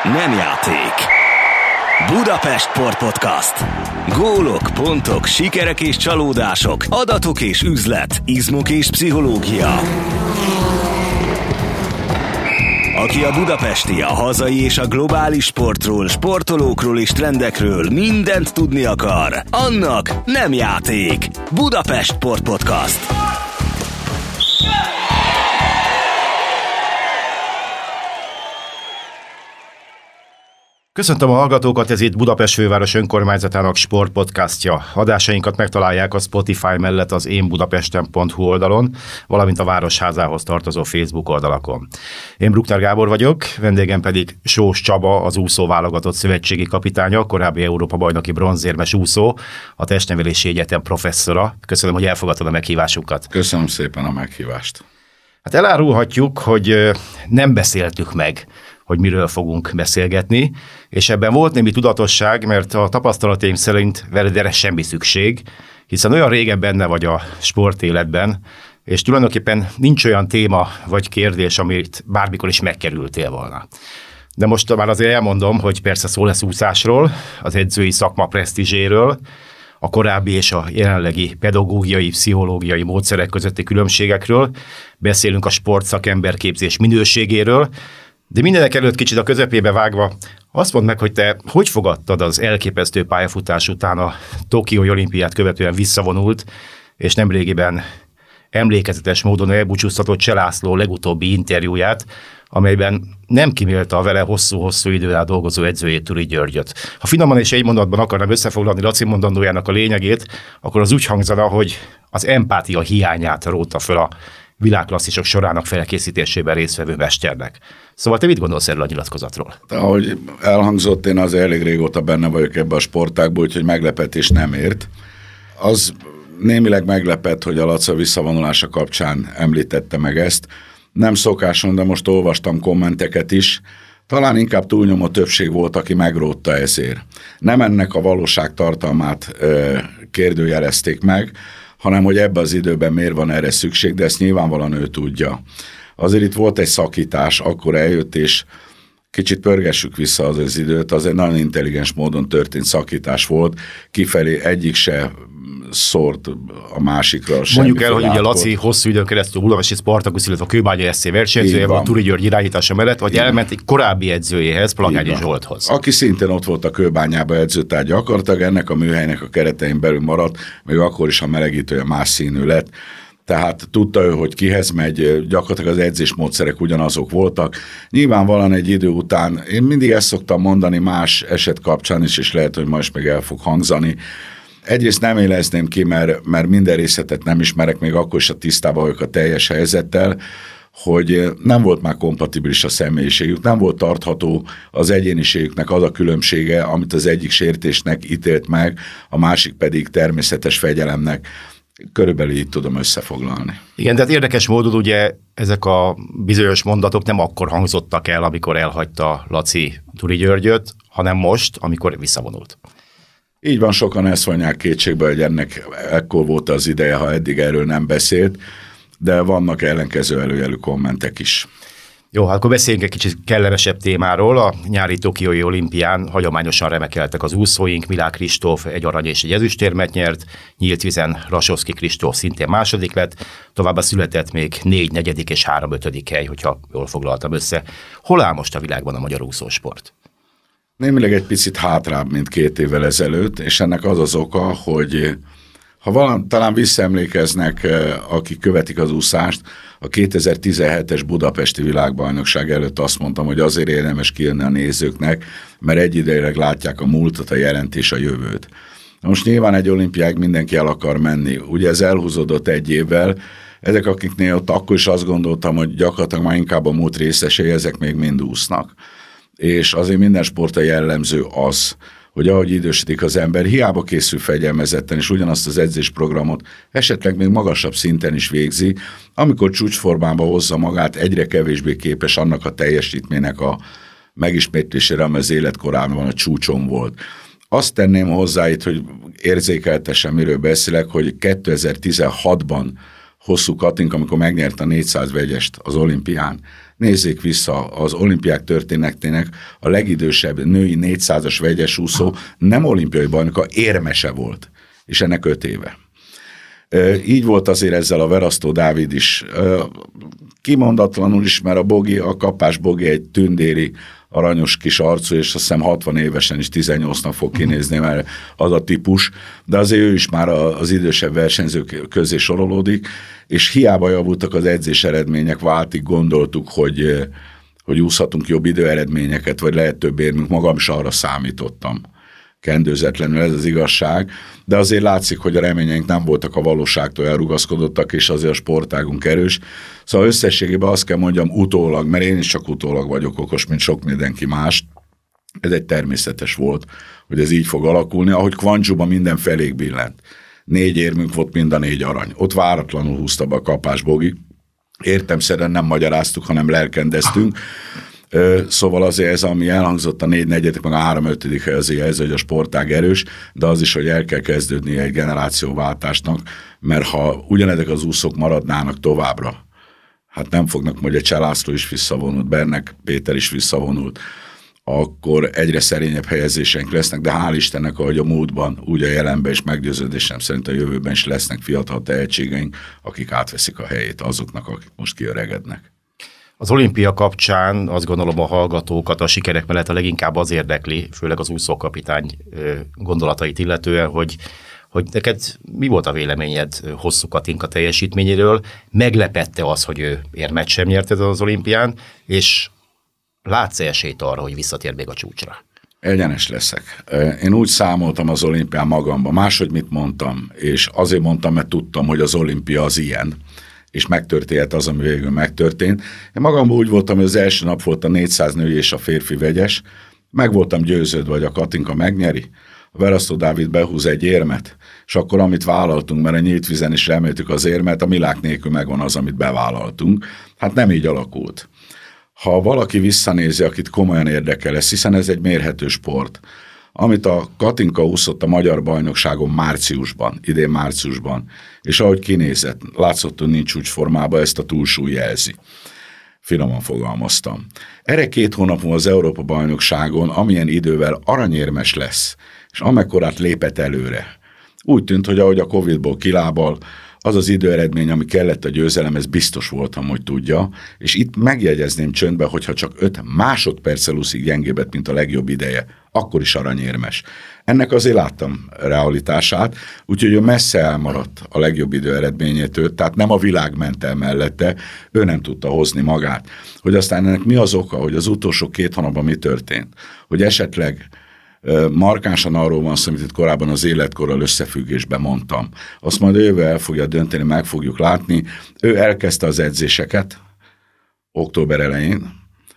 Nem játék. Budapest Sport Podcast. Gólok, pontok, sikerek és csalódások, adatok és üzlet, izmok és pszichológia. Aki a budapesti, a hazai és a globális sportról, sportolókról és trendekről mindent tudni akar, annak nem játék. Budapest Sport Podcast. Köszöntöm a hallgatókat, ez itt Budapest főváros önkormányzatának sportpodcastja. Adásainkat megtalálják a Spotify mellett az énbudapesten.hu oldalon, valamint a Városházához tartozó Facebook oldalakon. Én Bruckner Gábor vagyok, vendégem pedig Sós Csaba, az úszó válogatott szövetségi kapitánya, korábbi Európa-bajnoki bronzérmes úszó, a Testnevelési Egyetem professzora. Köszönöm, hogy elfogadtad a meghívásunkat. Köszönöm szépen a meghívást. Hát elárulhatjuk, hogy nem beszéltük meg, hogy miről fogunk beszélgetni, és ebben volt némi tudatosság, mert a tapasztalataim szerint veled erre semmi szükség, hiszen olyan régen benne vagy a sportéletben, és tulajdonképpen nincs olyan téma vagy kérdés, amit bármikor is megkerültél volna. De most már azért elmondom, hogy persze szó lesz úszásról, az edzői szakma presztízséről, a korábbi és a jelenlegi pedagógiai, pszichológiai módszerek közötti különbségekről, beszélünk a sportszakemberképzés minőségéről, de mindenek előtt kicsit a közepébe vágva, azt mondd meg, hogy te hogy fogadtad az elképesztő pályafutás után a Tokiói olimpiát követően visszavonult, és nemrégiben emlékezetes módon elbúcsúztatott Cseh László legutóbbi interjúját, amelyben nem kimélta a vele hosszú-hosszú időn át dolgozó edzőjét, Turi Györgyöt. Ha finoman és egy mondatban akarnám összefoglalni Laci mondandójának a lényegét, akkor az úgy hangzana, hogy az empátia hiányát rótta föl a világklasszisok sorának felkészítésében résztvevő mesternek. Szóval te mit gondolsz erről a nyilatkozatról? Ahogy elhangzott, én az elég régóta benne vagyok ebbe a sportágból, úgyhogy meglepetés nem ért. Az némileg meglepett, hogy a Laca visszavonulása kapcsán említette meg ezt. Nem szokáson, de most olvastam kommenteket is. Talán inkább túlnyomó többség volt, aki megrótta ezért. Nem ennek a valóság tartalmát kérdőjelezték meg, hanem hogy ebben az időben miért van erre szükség, de ezt nyilvánvalóan ő tudja. Azért itt volt egy szakítás, akkor eljött, és kicsit pörgessük vissza az időt, az egy nagyon intelligens módon történt szakítás volt, kifelé egyik se szórt a másikra. Mondjuk el, hogy ugye Laci hosszú időn keresztül Budapesti Spartakusz, illetve a Kőbánya SC versenyzője volt Turi György irányítása mellett, vagy elment egy korábbi edzőjéhez, Plagányi Zsolthoz. Aki szintén ott volt a Kőbányába edző, tehát gyakorlatilag ennek a műhelynek a keretein belül maradt, még akkor is a melegítője más színű lett. Tehát tudta ő, hogy kihez megy, gyakorlatilag az edzésmódszerek ugyanazok voltak. Nyilvánvalóan egy idő után, én mindig ezt szoktam mondani más eset kapcsán is, és lehet, hogy ma is meg el fog hangzani. Egyrészt nem élezném ki, mert minden részletet nem ismerek, még akkor is a tisztában vagyok a teljes helyzettel, hogy nem volt már kompatibilis a személyiségük, nem volt tartható az egyéniségüknek az a különbsége, amit az egyik sértésnek ítélt meg, a másik pedig természetes fegyelemnek. Körülbelül így tudom összefoglalni. Igen, tehát érdekes módon ugye ezek a bizonyos mondatok nem akkor hangzottak el, amikor elhagyta Laci Turi Györgyöt, hanem most, amikor visszavonult. Így van, sokan ezt vonják kétségbe, hogy ennek ekkor volt az ideje, ha eddig erről nem beszélt, de vannak ellenkező előjelű kommentek is. Jó, hát akkor beszéljünk egy kicsit kellemesebb témáról. A nyári Tokiói olimpián hagyományosan remekeltek az úszóink. Milák Kristóf egy arany és egy ezüstérmet nyert, nyílt vízen Rasovszky Kristóf szintén második lett, továbbá született még 4. negyedik és 3. ötödik hely, hogyha jól foglaltam össze. Hol áll most a világban a magyar úszósport? Némileg egy picit hátrább, mint 2 évvel ezelőtt, és ennek az az oka, hogy talán visszaemlékeznek, akik követik az úszást, a 2017-es budapesti világbajnokság előtt azt mondtam, hogy azért érdemes kijönni a nézőknek, mert egyidejűleg látják a múltat, a jelent és a jövőt. Most nyilván egy olimpiáig mindenki el akar menni. Ugye ez elhúzódott 1 évvel, ezek akiknél ott akkor is azt gondoltam, hogy gyakorlatilag már inkább a múlt részesei, ezek még mind úsznak. És azért minden sportra jellemző az, hogy ahogy idősödik az ember, hiába készül fegyelmezetten, és ugyanazt az edzésprogramot esetleg még magasabb szinten is végzi, amikor csúcsformába hozza magát, egyre kevésbé képes annak a teljesítménynek a megismétlésére, amely az életkorában a csúcson volt. Azt tenném hozzá itt, hogy érzékeltessem, miről beszélek, hogy 2016-ban Hosszú Katinka, amikor megnyerte a 400 vegyest az olimpián, Nézzék vissza, az olimpiák történetének a legidősebb női 400-as vegyes úszó nem olimpiai bajnoka, érmese volt, és ennek 5 éve. Így volt azért ezzel a Verasztó Dávid is. Kimondatlanul is, mert a kapás Bogi egy tündéri, aranyos kis arcú, és azt hiszem 60 évesen is 18-nak fog kinézni, mert az a típus, de azért ő is már az idősebb versenyzők közé sorolódik, és hiába javultak az edzés eredmények, váltig gondoltuk, hogy úszhatunk jobb időeredményeket, vagy lehet több érmünk, magam is arra számítottam. Kendőzetlenül ez az igazság, de azért látszik, hogy a reményeink nem voltak a valóságtól elrugaszkodottak, és azért a sportágunk erős. Szóval összességében azt kell mondjam utólag, mert én is csak utólag vagyok okos, mint sok mindenki más. Ez egy természetes volt, hogy ez így fog alakulni, ahogy Kvandzsuban minden felék billent. 4 érmünk volt, mind a 4 arany. Ott váratlanul húzta be a kapás Bogi. Értelemszerűen nem magyaráztuk, hanem lelkendeztünk. Szóval azért ez, ami elhangzott, a 4 negyedik, meg a 3/5 hely azért ez, hogy a sportág erős, de az is, hogy el kell kezdődni egy generációváltásnak, mert ha ugyanezek az úszók maradnának továbbra, hát nem fognak, hogy a Cselászló is visszavonult, Bernek Péter is visszavonult, akkor egyre szerényebb helyezéseink lesznek, de hál' Istennek, ahogy a múltban, úgy a jelenben is meggyőződésem szerint a jövőben is lesznek fiatal tehetségeink, akik átveszik a helyét azoknak, akik most kiöregednek. Az olimpia kapcsán azt gondolom a hallgatókat a sikerek mellett a leginkább az érdekli, főleg az úszókapitány gondolatait illetően, hogy neked mi volt a véleményed Hosszú Katinka teljesítményéről? Meglepette az, hogy ő érmet sem nyert ezen az olimpián, és látsz esélyt arra, hogy visszatér még a csúcsra? Egyenes leszek. Én úgy számoltam az olimpián magamban, máshogy mit mondtam, és azért mondtam, mert tudtam, hogy az olimpia az ilyen, és megtörtént az, ami végül megtörtént. Én magamban úgy voltam, hogy az első nap volt a 400 női és a férfi vegyes, meg voltam győződve, hogy a Katinka megnyeri, a Verasztó Dávid behúz egy érmet, és akkor amit vállaltunk, mert a nyílt vízen is reméltük az érmet, a Milák nélkül megvan az, amit bevállaltunk. Hát nem így alakult. Ha valaki visszanézi, akit komolyan érdekel ez, hiszen ez egy mérhető sport, amit a Katinka úszott a magyar bajnokságon márciusban, idén márciusban, és ahogy kinézett, látszott, hogy nincs csúcsformában, ezt a túlsúly jelzi. Finoman fogalmaztam. Erre 2 hónap múlva az Európa-bajnokságon, amilyen idővel aranyérmes lesz, és amekkorát lépett előre. Úgy tűnt, hogy ahogy a Covid-ból kilábal, az az időeredmény, ami kellett a győzelem, ez biztos voltam, hogy tudja, és itt megjegyezném csöndbe, hogyha csak 5 másodperccel úszik gyengébbet, mint a legjobb ideje, akkor is aranyérmes. Ennek azért láttam realitását, úgyhogy ő messze elmaradt a legjobb időeredményétől, tehát nem a világ ment el mellette, ő nem tudta hozni magát. Hogy aztán ennek mi az oka, hogy az utolsó 2 hónapban mi történt, hogy esetleg markánsan arról van szó, amit itt korábban az életkorral összefüggésben mondtam. Azt majd ő el fogja dönteni, meg fogjuk látni. Ő elkezdte az edzéseket október elején,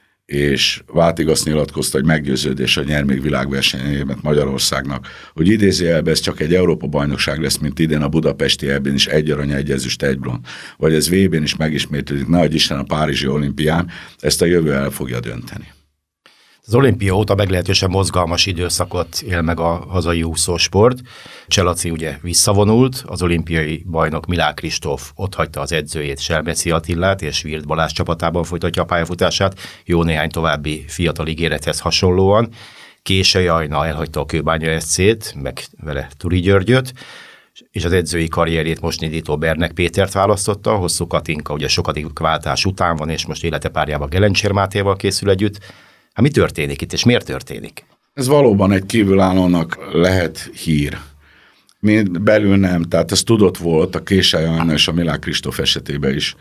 és Váltig azt nyilatkozta, hogy meggyőződés, hogy nyer még világversenyében Magyarországnak, hogy idézőjelben ez csak egy Európa-bajnokság lesz, mint idén a budapesti EB-n is 1 arany, 1 ezüst, 1 bronz, vagy ez VB-n is megismétlődik, nehogy Isten a párizsi olimpián, ezt a jövő el fogja dönteni. Az olimpia óta meglehetősen mozgalmas időszakot él meg a hazai úszósport. Cselaci ugye visszavonult, az olimpiai bajnok Milák Kristóf otthagyta az edzőjét, Selmeci Attilát, és Virt Balázs csapatában folytatja a pályafutását, jó néhány további fiatal ígérethez hasonlóan. Kései Ajna elhagyta a Kőbánya SC-t, meg vele Turi Györgyöt, és az edzői karrierjét most indító Bernek Pétert választotta, Hosszú Katinka ugye sokadik váltás után van, és most élete párjában Gelencsér Mátéval készül együtt. Hát mi történik itt, és miért történik? Ez valóban egy kívülállónak lehet hír. Mi belül nem, tehát ez tudott volt a Késely Ajna és a Milák Kristóf esetében is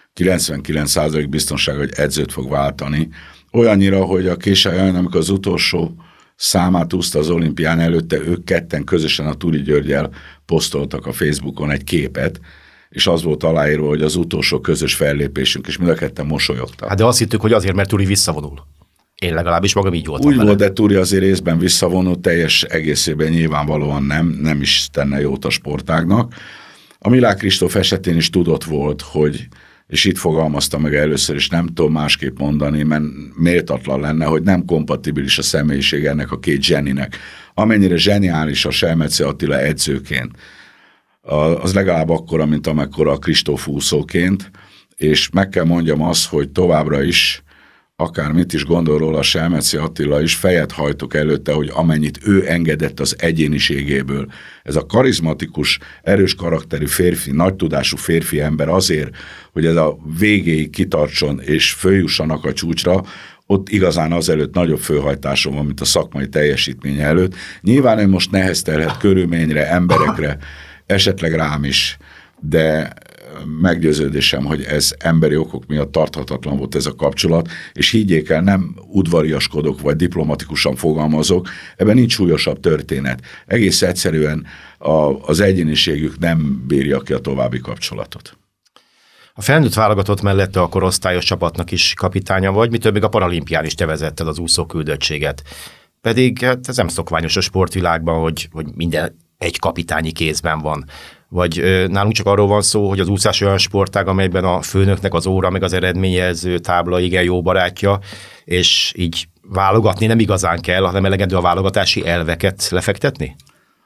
99% biztonság, hogy edzőt fog váltani. Olyannyira, hogy a Késely Ajna, amikor az utolsó számát úszta az olimpián előtte, ők ketten közösen a Turi Györgyel posztoltak a Facebookon egy képet, és az volt aláírva, hogy az utolsó közös fellépésünk, és mind a ketten mosolyogtak. Hát de azt hittük, hogy azért, mert Turi visszavonul. Én legalábbis magam így voltam. Úgy volt, de Turi azért részben visszavonult, teljes egészében nyilvánvalóan nem is tenne jót a sportágnak. A Milák Kristóf esetén is tudott volt, hogy, és itt fogalmazta meg először, és nem tudom másképp mondani, mert méltatlan lenne, hogy nem kompatibilis a személyiség ennek a 2 zseninek. Amennyire zseniális a Selmeci Attila edzőként, az legalább akkora, mint amekkora a Kristóf úszóként. és meg kell mondjam azt, hogy továbbra is, akármit is gondol róla Selmeci Attila is, fejet hajtok előtte, hogy amennyit ő engedett az egyéniségéből. Ez a karizmatikus, erős karakterű férfi, nagy tudású férfi ember azért, hogy ez a végéig kitartson és följussanak a csúcsra, ott igazán azelőtt nagyobb fölhajtásom van, mint a szakmai teljesítménye előtt. Nyilván ő most neheztelhet körülményre, emberekre, esetleg rám is, de meggyőződésem, hogy ez emberi okok miatt tarthatatlan volt ez a kapcsolat, és higgyék el, nem udvariaskodok, vagy diplomatikusan fogalmazok, ebben nincs súlyosabb történet. Egész egyszerűen az egyéniségük nem bírja ki a további kapcsolatot. A felnőtt válogatott mellett a korosztályos csapatnak is kapitánya vagy, mitől még a paralimpián is te vezetted az úszóküldöttséget. Pedig hát ez nem szokványos a sportvilágban, hogy minden egy kapitányi kézben van. Vagy nálunk csak arról van szó, hogy az úszás olyan sportág, amelyben a főnöknek az óra meg az eredményjelző tábla igen jó barátja, és így válogatni nem igazán kell, hanem elegendő a válogatási elveket lefektetni?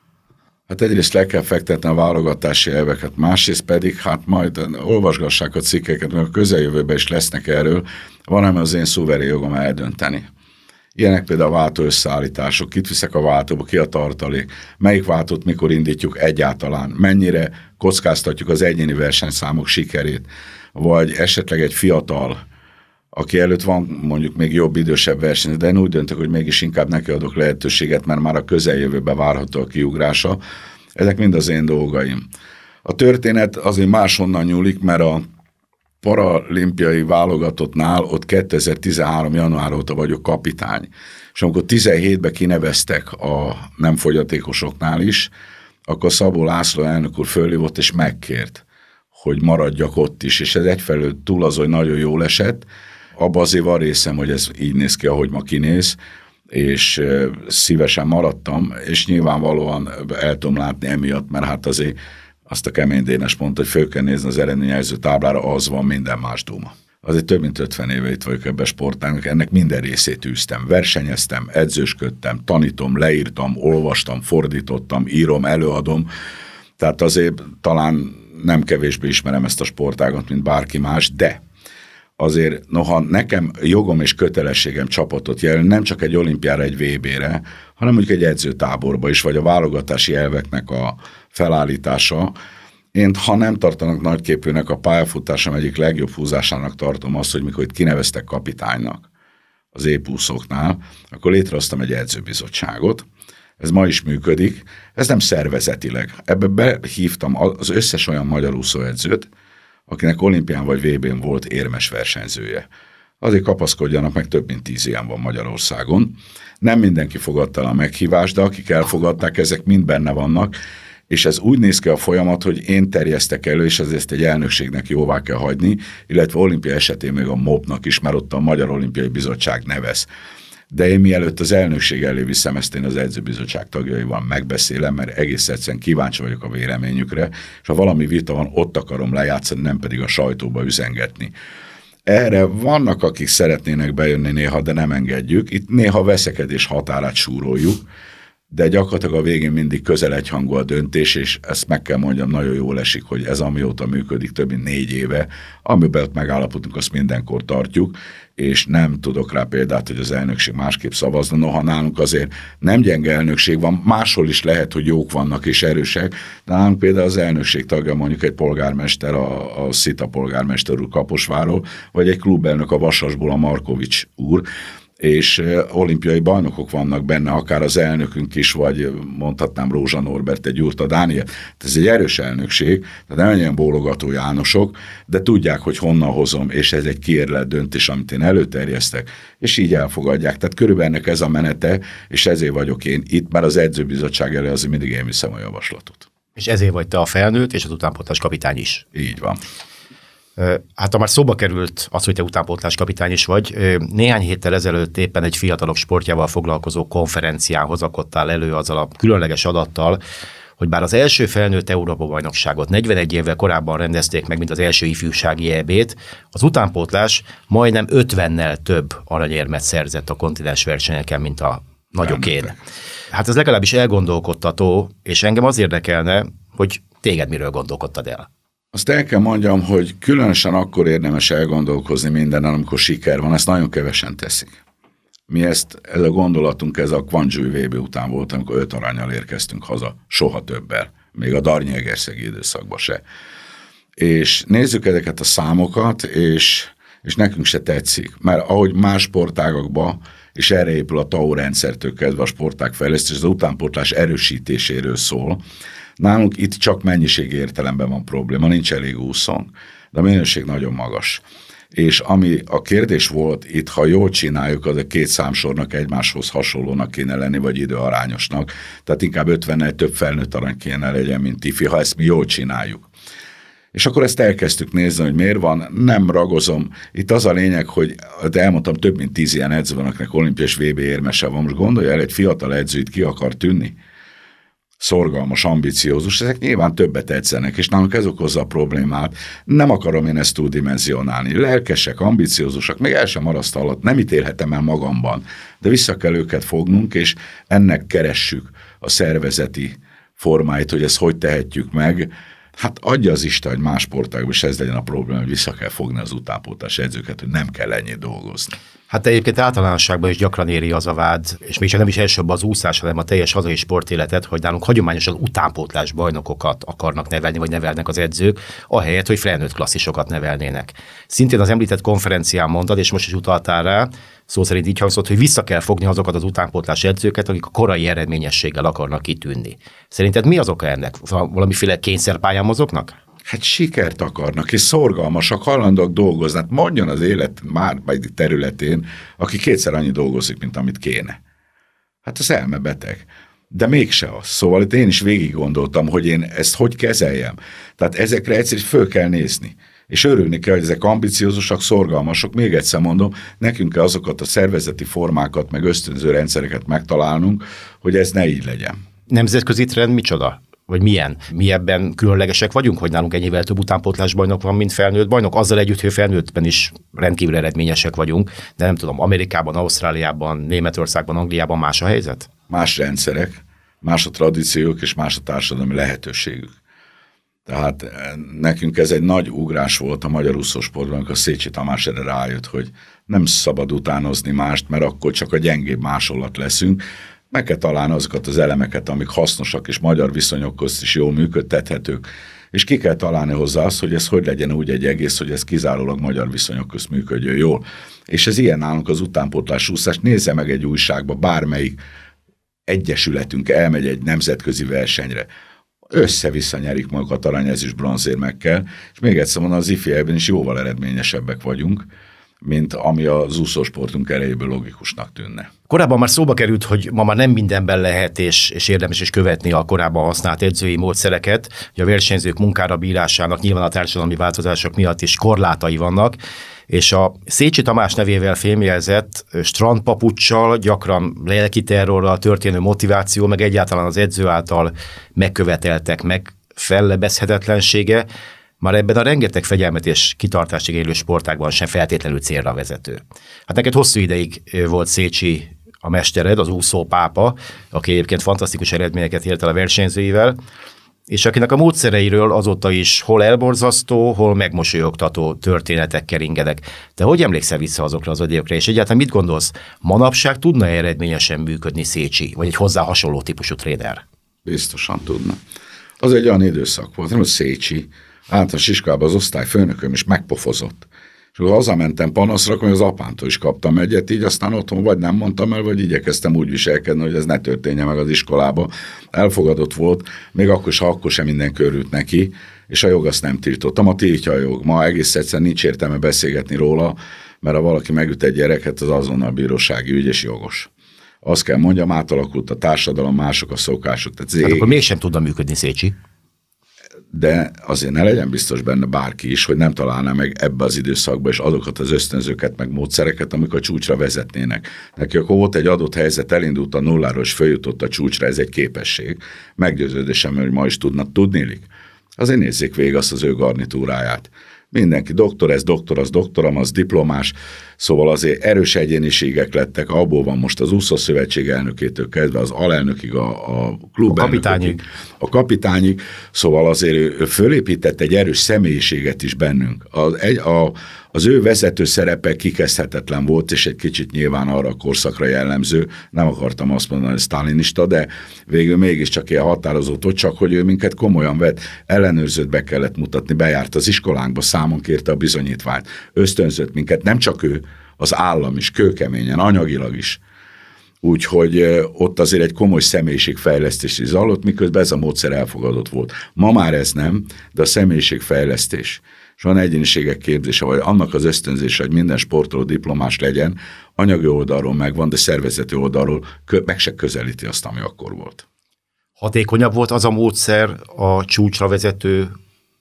Hát egyrészt le kell fektetni a válogatási elveket, másrészt pedig hát majd olvasgassák a cikkeket, mert a közeljövőben is lesznek erről, van, ami az én szuverén jogom eldönteni. Ilyenek például a váltó összeállítások, kit viszek a váltóba, ki a tartalék, melyik váltót mikor indítjuk egyáltalán, mennyire kockáztatjuk az egyéni versenyszámok sikerét, vagy esetleg egy fiatal, aki előtt van mondjuk még jobb, idősebb verseny, de én úgy döntök, hogy mégis inkább neki adok lehetőséget, mert már a közeljövőben várható a kiugrása. Ezek mind az én dolgaim. A történet azért máshonnan nyúlik, mert a paralimpiai válogatottnál ott 2013. január óta vagyok kapitány. És amikor 17-ben kineveztek a nem fogyatékosoknál is, akkor Szabó László elnök úr fölhívott és megkért, hogy maradjak ott is. És ez egyfelől túl az, hogy nagyon jól esett, abban azért van részem, hogy ez így néz ki, ahogy ma kinéz, és szívesen maradtam, és nyilvánvalóan el tudom látni emiatt, mert hát azért azt a Kemény Dénes mondta, hogy föl kell nézni az eredményjelző táblára, az van, minden más duma. Azért több mint 50 éve itt vagyok ebben a sportágnak, ennek minden részét űztem, versenyeztem, edzősködtem, tanítom, leírtam, olvastam, fordítottam, írom, előadom, tehát azért talán nem kevésbé ismerem ezt a sportágat, mint bárki más, de azért, noha nekem jogom és kötelességem csapatot jelent, nem csak egy olimpiára, egy VB-re, hanem mondjuk egy edzőtáborba is, vagy a válogatási elveknek a felállítása. Én, ha nem tartanak nagyképűnek, a pályafutásom egyik legjobb húzásának tartom azt, hogy mikor itt kineveztek kapitánynak az épúszóknál, akkor létrehoztam egy edzőbizottságot. Ez ma is működik. Ez nem szervezetileg. Ebbe behívtam az összes olyan magyar úszóedzőt, akinek olimpián vagy VB-n volt érmes versenyzője. Azért kapaszkodjanak, meg több mint 10 ilyen van Magyarországon. Nem mindenki fogadta el a meghívást, de akik elfogadták, ezek mind benne vannak, és ez úgy néz ki a folyamat, hogy én terjesztek elő, és ezt egy elnökségnek jóvá kell hagyni, illetve olimpia esetén még a MOB-nak is, mert ott a Magyar Olimpiai Bizottság nevez. De én mielőtt az elnökség elé viszem, ezt én az edzőbizottság tagjaival megbeszélem, mert egész egyszerűen kíváncsi vagyok a véleményükre, és ha valami vita van, ott akarom lejátszani, nem pedig a sajtóba üzengetni. Erre vannak, akik szeretnének bejönni néha, de nem engedjük. Itt néha veszekedés határát súroljuk, de gyakorlatilag a végén mindig közel egyhangú a döntés, és ezt meg kell mondjam, nagyon jól esik, hogy ez amióta működik, több mint 4 éve, amiben ott megállapodunk, azt mindenkor tartjuk, és nem tudok rá példát, hogy az elnökség másképp szavazna, noha nálunk azért nem gyenge elnökség van, máshol is lehet, hogy jók vannak és erősek, de nálunk például az elnökség tagja mondjuk egy polgármester, a Szita polgármester úr Kaposváról, vagy egy klubelnök a Vasasból, a Markovics úr, és olimpiai bajnokok vannak benne, akár az elnökünk is, vagy mondhatnám Rózsa Norbert, egy Gyurta Dániel. Ez egy erős elnökség, tehát nem ilyen bólogató Jánosok, de tudják, hogy honnan hozom, és ez egy kiérlelt döntés, amit én előterjesztek, és így elfogadják. Tehát körülbelül ennek ez a menete, és ezért vagyok én itt, mert az edzőbizottság elé azért mindig én viszem a javaslatot. És ezért vagy te a felnőtt, és az utánpótlás kapitány is. Így van. Hát ha már szóba került az, hogy te utánpótlás kapitány is vagy, néhány héttel ezelőtt éppen egy fiatalok sportjával foglalkozó konferencián hozakodtál elő azzal a különleges adattal, hogy bár az első felnőtt Európa-bajnokságot 41 évvel korábban rendezték meg, mint az első ifjúsági EB-t, az utánpótlás majdnem 50-nel több aranyérmet szerzett a kontinens versenyeken, mint a nagyokén. Hát ez legalábbis elgondolkodtató, és engem az érdekelne, hogy téged miről gondolkodtad el? Azt el kell mondjam, hogy különösen akkor érdemes elgondolkozni mindenen, amikor siker van, ezt nagyon kevesen teszik. Mi ez a gondolatunk, ez a Gwangju VB után volt, amikor 5 arannyal érkeztünk haza, soha többel, még a Darnyi-Egerszegi időszakban se. És nézzük ezeket a számokat, és nekünk se tetszik, mert ahogy más sportágakban, és erre épül a TAO rendszertől kezdve a sportág fejlesztés, az utánpótlás erősítéséről szól. Nálunk itt csak mennyiségi értelemben van probléma, nincs elég úszónk, de a minőség nagyon magas. És ami a kérdés volt itt, ha jól csináljuk, az a 2 számsornak egymáshoz hasonlónak kéne lenni, vagy időarányosnak, tehát inkább 50-nel több felnőtt arany kéne legyen, mint ifi, ha ezt mi jól csináljuk. És akkor ezt elkezdtük nézni, hogy miért van, nem ragozom. Itt az a lényeg, hogy de elmondtam, több mint 10 ilyen edző van, akinek olimpiás VB érmese van. Most gondolja el, egy fiatal edző itt ki akar tűnni? Szorgalmas, ambiciózus, ezek nyilván többet edzenek, és nálunk ez okozza a problémát. Nem akarom én ezt túldimenzionálni. Lelkesek, ambiciózusak, még el sem maraszt alatt, nem ítélhetem el magamban, de vissza kell őket fognunk, és ennek keressük a szervezeti formáit, hogy ezt hogy tehetjük meg. Hát adja az Isten, hogy más sportágban is ez legyen a probléma, hogy vissza kell fogni az utánpótlás edzőket, hogy nem kell ennyi dolgozni. Hát egyébként általánosságban is gyakran éri az a vád, és mégsem nem is elsőbb az úszás, hanem a teljes hazai sportéletet, hogy nálunk hagyományosan utánpótlás bajnokokat akarnak nevelni, vagy nevelnek az edzők, ahelyett, hogy felnőtt klasszisokat nevelnének. Szintén az említett konferencián mondtad, és most is utaltál rá, szó szerint így hangzott, hogy vissza kell fogni azokat az utánpótlás edzőket, akik a korai eredményességgel akarnak kitűnni. Szerinted mi az oka ennek? Valamiféle kényszerpályán mozognak? Hát sikert akarnak, és szorgalmasak, hajlandóak dolgozni. Hát mondjon az élet már területén, aki 2-szer annyi dolgozik, mint amit kéne. Hát az elmebeteg. De mégse az. Szóval itt én is végig gondoltam, hogy én ezt hogy kezeljem. Tehát ezekre egyszerűen föl kell nézni. És örülni kell, hogy ezek ambiciózusak, szorgalmasok. Még egyszer mondom, nekünk kell azokat a szervezeti formákat, meg ösztönző rendszereket megtalálnunk, hogy ez ne így legyen. Nemzetközi trend micsoda? Vagy milyen? Mi ebben különlegesek vagyunk, hogy nálunk ennyivel több utánpótlás bajnok van, mint felnőtt bajnok? Azzal együtt, hogy felnőttben is rendkívül eredményesek vagyunk, de nem tudom, Amerikában, Ausztráliában, Németországban, Angliában más a helyzet? Más rendszerek, más a tradíciók és más a társadalmi lehetőségük. Tehát nekünk ez egy nagy ugrás volt a magyar úszósportban, amikor Szécsi Tamás erre rájött, hogy nem szabad utánozni mást, mert akkor csak a gyengébb másolat leszünk. Meg kell találni azokat az elemeket, amik hasznosak és magyar viszonyok közt is jól működtethetők, és ki kell találni hozzá azt, hogy ez hogy legyen úgy egy egész, hogy ez kizárólag magyar viszonyok közt működjön jól. És ez ilyen nálunk az utánpótlás úszás. Nézze meg egy újságba, bármelyik egyesületünk elmegy egy nemzetközi versenyre, össze-vissza nyerik magukat arany-ezüst bronzérmekkel, és még egyszer mondom, az ifi-ben is jóval eredményesebbek vagyunk, mint ami az úszósportunk erejéből logikusnak tűnne. Korábban már szóba került, hogy ma már nem mindenben lehet és érdemes is követni a korábban használt edzői módszereket, hogy a versenyzők munkára bírásának nyilván a társadalmi változások miatt is korlátai vannak, és a Szécsi Tamás nevével fémjelzett strandpapuccsal, gyakran lelki terrorral történő motiváció, meg egyáltalán az edző által megköveteltek megfellebezhetetlensége, már ebben a rengeteg fegyelmet és kitartást igénylő sportágban sem feltétlenül célra vezető. Hát neked hosszú ideig volt Szécsi a mestered, az úszó pápa, aki egyébként fantasztikus eredményeket ért el a versenyzőivel, és akinek a módszereiről azóta is hol elborzasztó, hol megmosolyogtató történetek keringenek. Te hogy emlékszel vissza azokra az időkre, és egyáltalán mit gondolsz, manapság tudna eredményesen működni Szécsi, vagy egy hozzá hasonló típusú tréner? Biztosan tudna. Az egy olyan időszak volt, nem a Szécsi, általános iskolában az osztályfőnököm is megpofozott. És akkor hazamentem panaszra, akkor az apámtól is kaptam egyet, így aztán otthon vagy nem mondtam el, vagy igyekeztem úgy viselkedni, hogy ez ne történjen meg az iskolába. Elfogadott volt, még akkor is, ha akkor sem mindenki örült neki, és a jog azt nem tiltottam, a tiltja a jog. Ma egész egyszerűen nincs értelme beszélgetni róla, mert ha valaki megüt egy gyereket, az azonnal bírósági ügy és jogos. Azt kell mondjam, átalakult a társadalom, mások a szokások. Hát akkor mégsem tudna működni Szécsi. De azért ne legyen biztos benne bárki is, hogy nem találná meg ebbe az időszakba és azokat az ösztönzőket, meg módszereket, amik a csúcsra vezetnének. Neki akkor volt egy adott helyzet, elindult a nulláról, és följutott a csúcsra, ez egy képesség. Meggyőződésem, hogy ma is tudnak tudnilik. Azért nézzék végig azt az ő garnitúráját. Mindenki doktor, ez doktor, az doktoram, az diplomás, szóval azért erős egyéniségek lettek, abból van most az úszószövetség elnökétől kezdve az alelnökig, a klub elnökig, a kapitányig, szóval azért ő fölépített egy erős személyiséget is bennünk. Az ő vezető szerepe kikezdhetetlen volt, és egy kicsit nyilván arra a korszakra jellemző, nem akartam azt mondani, hogy sztálinista, de végül mégiscsak ilyen határozott volt, csak hogy ő minket komolyan vett, ellenőrzött, be kellett mutatni, bejárt az iskolánkba, számon kérte a bizonyítványt, ösztönzött minket, nem csak ő, az állam is, kőkeményen, anyagilag is. Úgyhogy ott azért egy komoly személyiségfejlesztés is zajlott, miközben ez a módszer elfogadott volt. Ma már ez nem, de a személyiségfejlesztés, és van egyéniségek képzése, vagy annak az ösztönzése, hogy minden sportoló diplomás legyen, anyagi oldalról megvan, de szervezeti oldalról meg se közelíti azt, ami akkor volt. Hatékonyabb volt az a módszer a csúcsra vezető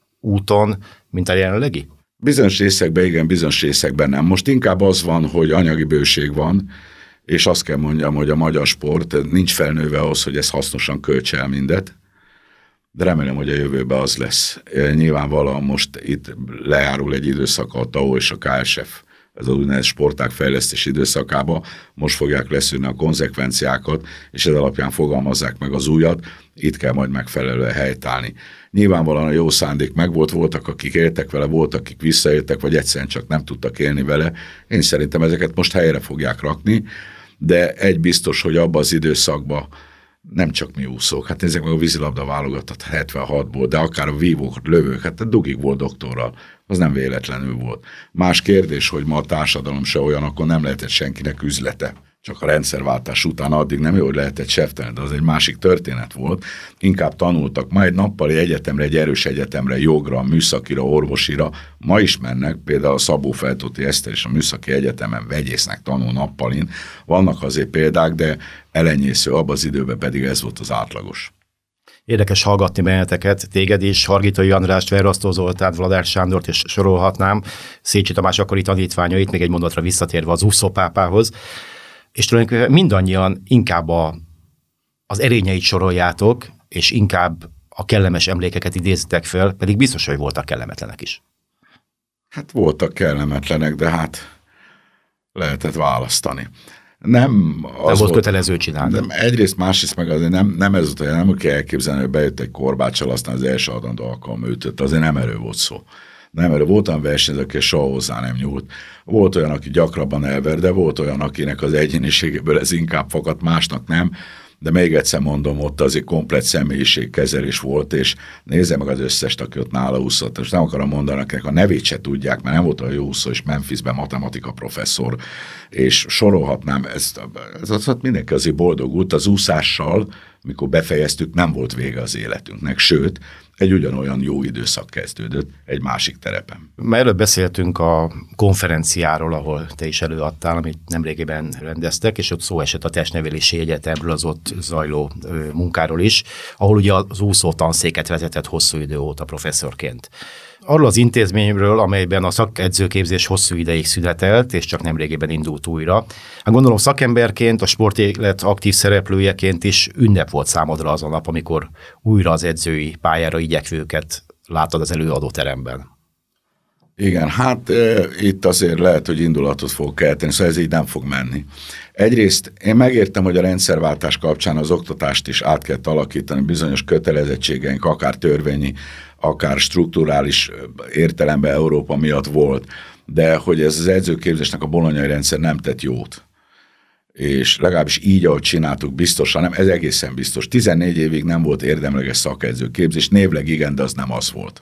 úton, mint a jelenlegi? Bizonyos részekben igen, bizonyos részekben nem. Most inkább az van, hogy anyagi bőség van, és azt kell mondjam, hogy a magyar sport nincs felnőve ahhoz, hogy ez hasznosan költse el mindet, de remélem, hogy a jövőben az lesz. Nyilvánvalóan most itt lejárul egy időszak a TAO és a KSF, ez az úgynevezett sportág fejlesztési időszakába, most fogják leszűrni a konzekvenciákat, és ez alapján fogalmazzák meg az újat, itt kell majd megfelelően helytállni. Nyilvánvalóan a jó szándék megvolt, voltak, akik éltek vele, voltak, akik visszaéltek, vagy egyszerűen csak nem tudtak élni vele. Én szerintem ezeket most helyre fogják rakni, de egy biztos, hogy abban az időszakban nem csak mi úszók, hát nézzük meg a vízilabda válogatott 76-ból, de akár a vívók, lövők, hát a Dugig volt doktorral, az nem véletlenül volt. Más kérdés, hogy ma a társadalom se olyan, akkor nem lehetett senkinek üzlete. Csak a rendszerváltás után addig nem jó, hogy lehetett seftelni, de az egy másik történet volt. Inkább tanultak. Ma egy nappali egyetemre, egy erős egyetemre, jogra, műszakira, orvosira, ma is mennek, például a Szabó-Feltóti Eszter és a Műszaki Egyetemen vegyésznek tanul nappalin. Vannak azért példák, de elenyésző, abban az időben pedig ez volt az átlagos. Érdekes hallgatni benneteket, téged is, Hargitai Andrást, Verrasztó Zoltánt, Vladár Sándort, és sorolhatnám, Szécsi Tamás akkori tanítványait, még egy mondatra visszatérve az úszópápához, és tulajdonképpen mindannyian inkább az erényeit soroljátok, és inkább a kellemes emlékeket idézitek fel, pedig biztos, hogy voltak kellemetlenek is. Hát voltak kellemetlenek, de hát lehetett választani. Nem volt kötelező csinálni. Egyrészt, másrészt meg azért nem ez után, nem kell elképzelni, hogy bejött egy korbáccsal, aztán az első adandó alkalommal ütött, azért nem erről volt szó. Nem, erről volt olyan versenyző, aki soha hozzá nem nyúlt. Volt olyan, aki gyakrabban elver, de volt olyan, akinek az egyéniségéből ez inkább fakadt, másnak nem. De még egyszer mondom, ott azért komplett személyiségkezelés volt, és nézze meg az összest, aki ott nála úszott. És nem akarom mondani, akinek a nevét se tudják, mert nem volt olyan jó úszó, és Memphisben matematika professzor, és sorolhatnám, ez mindenki azért boldogult az úszással, mikor befejeztük, nem volt vége az életünknek, sőt, egy ugyanolyan jó időszak kezdődött egy másik terepen. Már előbb beszéltünk a konferenciáról, ahol te is előadtál, amit nemrégiben rendeztek, és ott szó esett a testnevelési egyetemről, az ott zajló munkáról is, ahol ugye az úszó tanszéket vezetett hosszú idő óta professzorként. Arról az intézményről, amelyben a szakedzőképzés hosszú ideig született, és csak nemrégiben indult újra. Hát gondolom szakemberként, a sportélet aktív szereplőjeként is ünnep volt számodra az a nap, amikor újra az edzői pályára igyekvőket láttad az előadóteremben. Igen, hát itt azért lehet, hogy indulatot fog kelteni, szóval ez így nem fog menni. Egyrészt én megértem, hogy a rendszerváltás kapcsán az oktatást is át kell alakítani, bizonyos kötelezettségeink, akár törvényi, akár strukturális értelemben Európa miatt volt, de hogy ez az edzőképzésnek a bolonyai rendszer nem tett jót. És legalábbis így, ahogy csináltuk, biztosan nem, ez egészen biztos. 14 évig nem volt érdemleges szakedzőképzés, névleg igen, de az nem az volt.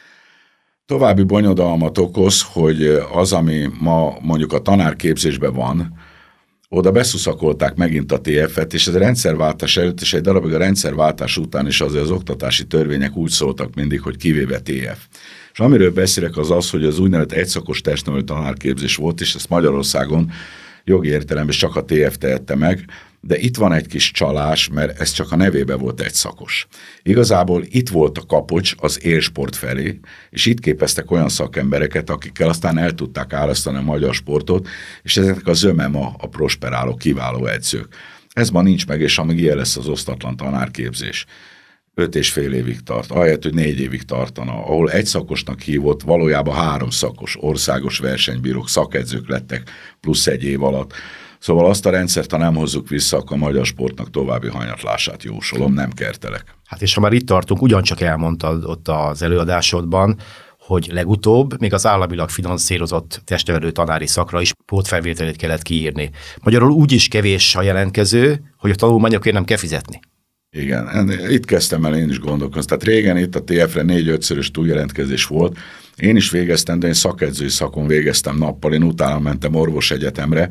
További bonyodalmat okoz, hogy az, ami ma mondjuk a tanárképzésben van, oda beszuszakolták megint a TF-et, és ez a rendszerváltás előtt, és egy darabig a rendszerváltás után is azért az oktatási törvények úgy szóltak mindig, hogy kivéve TF. És amiről beszélek az az, hogy az úgynevezett egyszakos testnevelő tanárképzés volt, és ezt Magyarországon jogi értelemben csak a TF tehette meg, de itt van egy kis csalás, mert ez csak a nevében volt egyszakos. Igazából itt volt a kapocs az élsport felé, és itt képeztek olyan szakembereket, akikkel aztán el tudták árasztani a magyar sportot, és ezeknek a zöme ma a prosperáló, kiváló edzők. Ez ma nincs meg, és amíg ilyen lesz az osztatlan tanárképzés. 5,5 évig tart, ahelyett, hogy 4 évig tartana, ahol egy szakosnak hívott, valójában 3 szakos, országos versenybírók, szakedzők lettek plusz 1 év alatt. Szóval azt a rendszert, ha nem hozzuk vissza, akkor a magyar sportnak további hanyatlását jósolom, nem kertelek. Hát és ha már itt tartunk, ugyancsak elmondtad ott az előadásodban, hogy legutóbb még az államilag finanszírozott testnevelő tanári szakra is pótfelvételét kellett kiírni. Magyarul úgy is kevés a jelentkező, hogy a tanulmányokért nem kell fizetni. Igen, itt kezdtem el én is gondolkozni. Tehát régen itt a TF-re 4-5-szörös túljelentkezés volt. Én is végeztem, de én szakedzői szakon végeztem nappal, én utána mentem orvosegyetemre,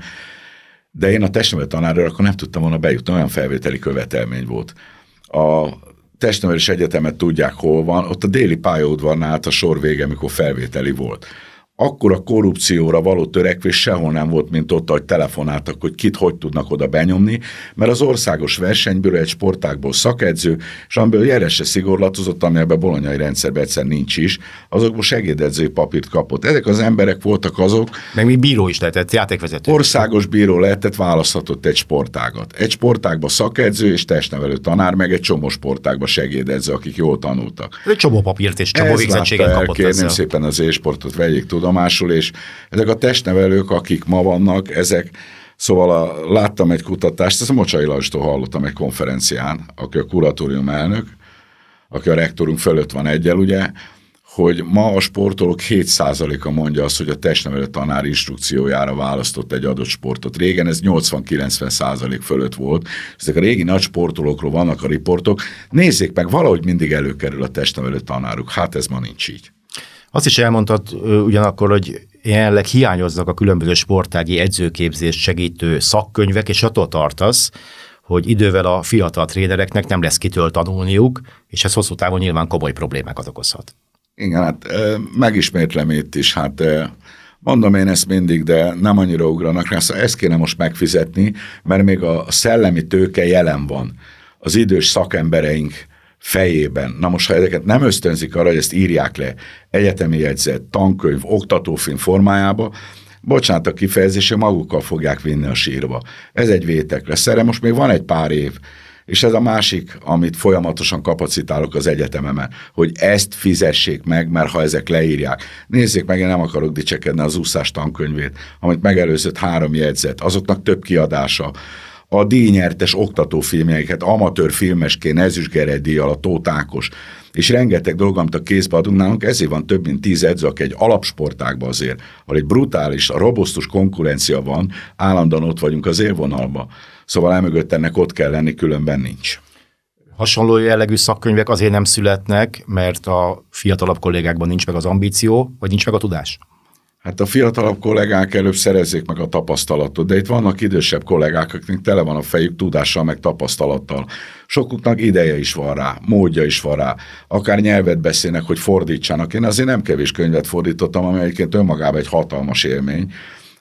de én a testnevelő tanárra akkor nem tudtam volna bejutni, olyan felvételi követelmény volt. A testnevelés egyetemet tudják, hol van, ott a déli pályaudvarnál állt a sor vége, amikor felvételi volt. Akkor a korrupcióra való törekvés sehol nem volt, mint ott, ahogy telefonáltak, hogy kit hogy tudnak oda benyomni, mert az országos versenybíró egy sportágból szakedző, és amiből Jerese szigorlatozott, ami ebben a bolonyai rendszerben egyszer nincs is, azokból segédedzői papírt kapott. Ezek az emberek voltak azok. Meg még bíró is lehetett, játékvezető. Országos bíró lehetett, választhatott egy sportágat. Egy sportágba szakedző és testnevelő tanár, meg egy csomó sportágba segédedző, akik jól tanultak. Egy csomó papírt és csomó végzettséget kapott. Kérném szépen az e-sportot vegyék tudomásul, és ezek a testnevelők, akik ma vannak, ezek, szóval láttam egy kutatást, ezt a Mocsai Lajostól hallottam egy konferencián, aki a kuratórium elnök, aki a rektorunk fölött van egyel, ugye, hogy ma a sportolók 7%-a mondja azt, hogy a testnevelő tanár instrukciójára választott egy adott sportot. Régen ez 80-90% fölött volt. Ezek a régi nagy sportolókról vannak a riportok. Nézzék meg, valahogy mindig előkerül a testnevelő tanáruk. Hát ez ma nincs így. Azt is elmondtad ugyanakkor, hogy jelenleg hiányoznak a különböző sportági edzőképzést segítő szakkönyvek, és attól tartasz, hogy idővel a fiatal trénereknek nem lesz kitől tanulniuk, és ez hosszú távon nyilván komoly problémákat okozhat. Igen, hát megismétlem itt is, hát mondom én ezt mindig, de nem annyira ugranak rá, szóval ezt kéne most megfizetni, mert még a szellemi tőke jelen van az idős szakembereink fejében. Na most, ha ezeket nem ösztönzik arra, hogy ezt írják le egyetemi jegyzet, tankönyv, oktatófilm formájába, bocsánat a kifejezésre, magukkal fogják vinni a sírba. Ez egy vétek lesz. Erre most még van egy pár év, és ez a másik, amit folyamatosan kapacitálok az egyetememen, hogy ezt fizessék meg, mert ha ezek leírják. Nézzék meg, én nem akarok dicsekedni az úszás tankönyvét, amit megelőzött 3 jegyzet, azoknak több kiadása, a díjnyertes oktatófilmjeiket, amatőr filmesként, Ezüstgerej díjjal, a Tóth Ákos, és rengeteg dolog, amit a kézbe adunk nálunk, ezért van több mint 10 edző, aki egy alapsportágban azért, ahol egy brutális, robosztus konkurencia van, állandóan ott vagyunk az élvonalban. Szóval emögött ennek ott kell lenni, különben nincs. Hasonló jellegű szakkönyvek azért nem születnek, mert a fiatalabb kollégákban nincs meg az ambíció, vagy nincs meg a tudás? Hát a fiatalabb kollégák előbb szerezzék meg a tapasztalatot, de itt vannak idősebb kollégák, akiknek tele van a fejük tudással, meg tapasztalattal. Sokuknak ideje is van rá, módja is van rá, akár nyelvet beszélnek, hogy fordítsanak. Én azért nem kevés könyvet fordítottam, ami egyébként önmagában egy hatalmas élmény,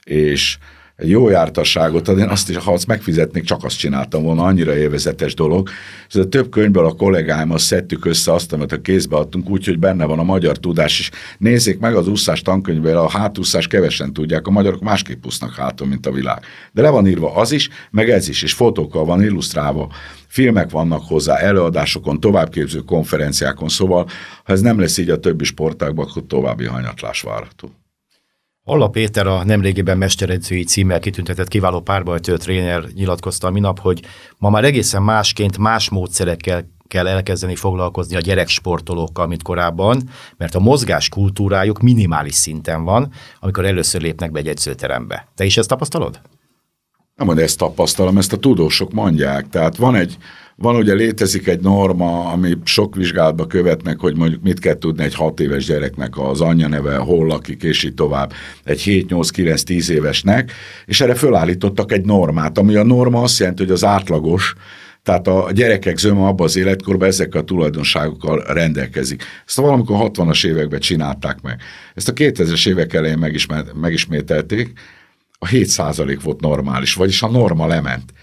és egy jó jártasságot ad, én azt is, ha azt megfizetnék, csak azt csináltam volna, annyira élvezetes dolog. És a több könyvből a kollégáimmal szedtük össze azt, amit a kézbe adtunk, úgyhogy benne van a magyar tudás is. Nézzék meg az úszás tankönyvben, a hátúszás kevesen tudják, a magyarok másképp úsznak háton, mint a világ. De le van írva az is, meg ez is, és fotókkal van illusztrálva. Filmek vannak hozzá, előadásokon, továbbképző konferenciákon, szóval ha ez nem lesz így a többi sportágban, akkor további hanyatlás várható. Alla Péter, a nemrégiben mesteredzői címmel kitüntetett kiváló párbajtő tréner nyilatkozta a minap, hogy ma már egészen másként, más módszerekkel kell elkezdeni foglalkozni a gyereksportolókkal, mint korábban, mert a mozgás kultúrájuk minimális szinten van, amikor először lépnek be egy edzőterembe. Te is ezt tapasztalod? Nem, hogy ezt tapasztalom, ezt a tudósok mondják. Tehát van ugye létezik egy norma, ami sok vizsgálatba követnek, hogy mondjuk mit kell tudni egy 6 éves gyereknek az anyja neve, hol lakik, és így tovább, egy 7-8-9-10 évesnek, és erre fölállítottak egy normát, ami a norma azt jelenti, hogy az átlagos, tehát a gyerekek zöme abban az életkorban ezekkel a tulajdonságokkal rendelkezik. Ezt valamikor 60-as években csinálták meg. Ezt a 2000-es évek elején megismételték, a 7% volt normális, vagyis a norma lement.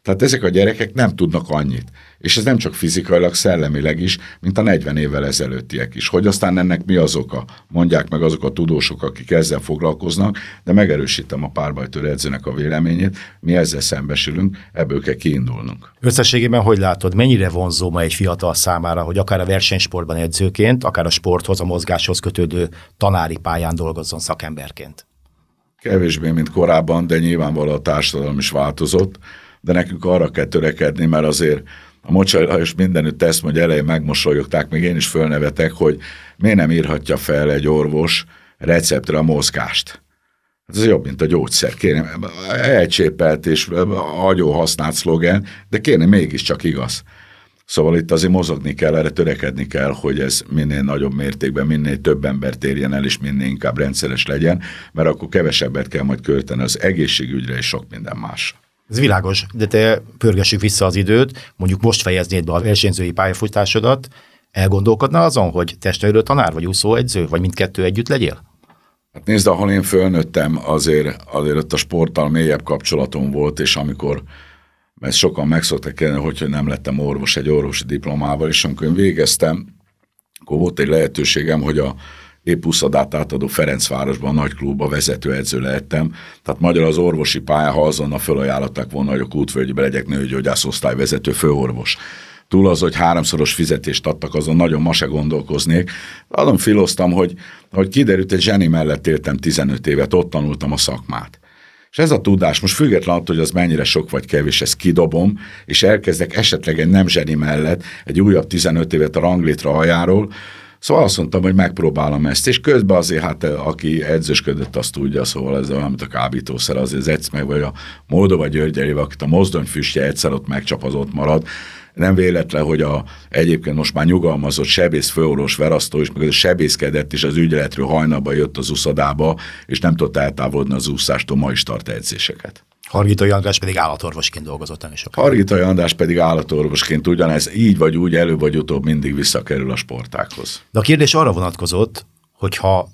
Tehát ezek a gyerekek nem tudnak annyit. És ez nem csak fizikailag, szellemileg is, mint a 40 évvel ezelőttiek is. Hogy aztán ennek mi az oka? Mondják meg azok a tudósok, akik ezzel foglalkoznak, de megerősítem a párbajtörő edzőnek a véleményét, mi ezzel szembesülünk, ebből kell kiindulnunk. Összességében hogy látod, mennyire vonzó ma egy fiatal számára, hogy akár a versenysportban edzőként, akár a sporthoz, a mozgáshoz kötődő tanári pályán dolgozzon szakemberként? Kevésbé, mint korábban, de nyilvánvalóan a társadalom is változott, de nekünk arra kell törekedni, mert azért a Mocsai Lajos mindenütt ezt mondja, elején megmosolyogták, még én is fölnevetek, hogy miért nem írhatja fel egy orvos receptre a mozgást. Ez jobb, mint a gyógyszer. Kérem, elcsépelt és agyó használt szlogen, de kérem, mégiscsak igaz. Szóval itt azért mozogni kell, erre törekedni kell, hogy ez minél nagyobb mértékben, minél több embert érjen el, és minél inkább rendszeres legyen, mert akkor kevesebbet kell majd költeni az egészségügyre és sok minden másra. Ez világos, de te pörgessük vissza az időt, mondjuk most fejeznéd be a versenyzői pályafutásodat, elgondolkodna azon, hogy testnevelő tanár vagy úszóedző, vagy mindkettő együtt legyél? Hát nézd, ahol én fölnőttem, azért ott a sporttal mélyebb kapcsolatom volt, és amikor, mert sokan meg szoktak kérdezni, hogy nem lettem orvos egy orvosi diplomával, és amikor én végeztem, akkor volt egy lehetőségem, hogy a épp 20-át átadó Ferencvárosban, a nagy klubba vezetőedző lehettem. Tehát magyarul az orvosi pályán, ha azonnal felajánlották volna, hogy a Kútvölgyben legyek nőgyógyász osztályvezető főorvos. Túl az, hogy 3-szoros fizetést adtak, azon nagyon ma se gondolkoznék. Azon filoztam, hogy kiderült, egy zseni mellett éltem 15 évet, ott tanultam a szakmát. És ez a tudás, most független attól, hogy az mennyire sok vagy kevés, ezt kidobom, és elkezdek esetleg egy nem zseni mellett egy újabb 15 évet a ranglétra aljáról. Szóval azt mondtam, hogy megpróbálom ezt, és közben azért, hát aki edzősködött, azt tudja, szóval ez olyan, mint a kábítószer, azért edz meg, vagy a Moldova Györgyel, akit a mozdonyfüstje egyszer ott megcsapazott marad. Nem véletlen, hogy egyébként most már nyugalmazott sebész főorvos Verasztó is, meg sebészkedett, és az ügyeletről hajnalban jött az úszodába, és nem tudta eltávolodni az úszástól, ma is tart edzéseket. Hargitai András pedig állatorvosként dolgozott ennél sokat. Hargitai András pedig állatorvosként ugyanez így vagy úgy, előbb vagy utóbb mindig visszakerül a sportákhoz. De a kérdés arra vonatkozott, hogyha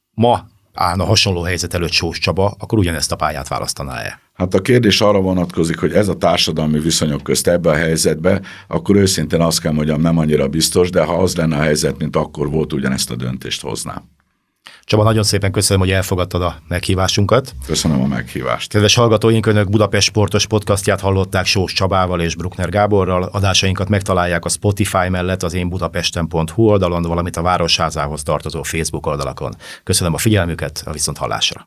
ma állna hasonló helyzet előtt Sós Csaba, akkor ugyanezt a pályát választaná-e? Hát a kérdés arra vonatkozik, hogy ez a társadalmi viszonyok közt ebbe a helyzetbe, akkor őszintén azt kell mondjam, nem annyira biztos, de ha az lenne a helyzet, mint akkor volt, ugyanezt a döntést hoznám. Csaba, nagyon szépen köszönöm, hogy elfogadtad a meghívásunkat. Köszönöm a meghívást. Kedves hallgatóink, Önök Budapest sportos podcastját hallották Sós Csabával és Bruckner Gáborral. Adásainkat megtalálják a Spotify mellett az énbudapesten.hu oldalon, valamint a Városházához tartozó Facebook oldalakon. Köszönöm a figyelmüket, a viszonthallásra.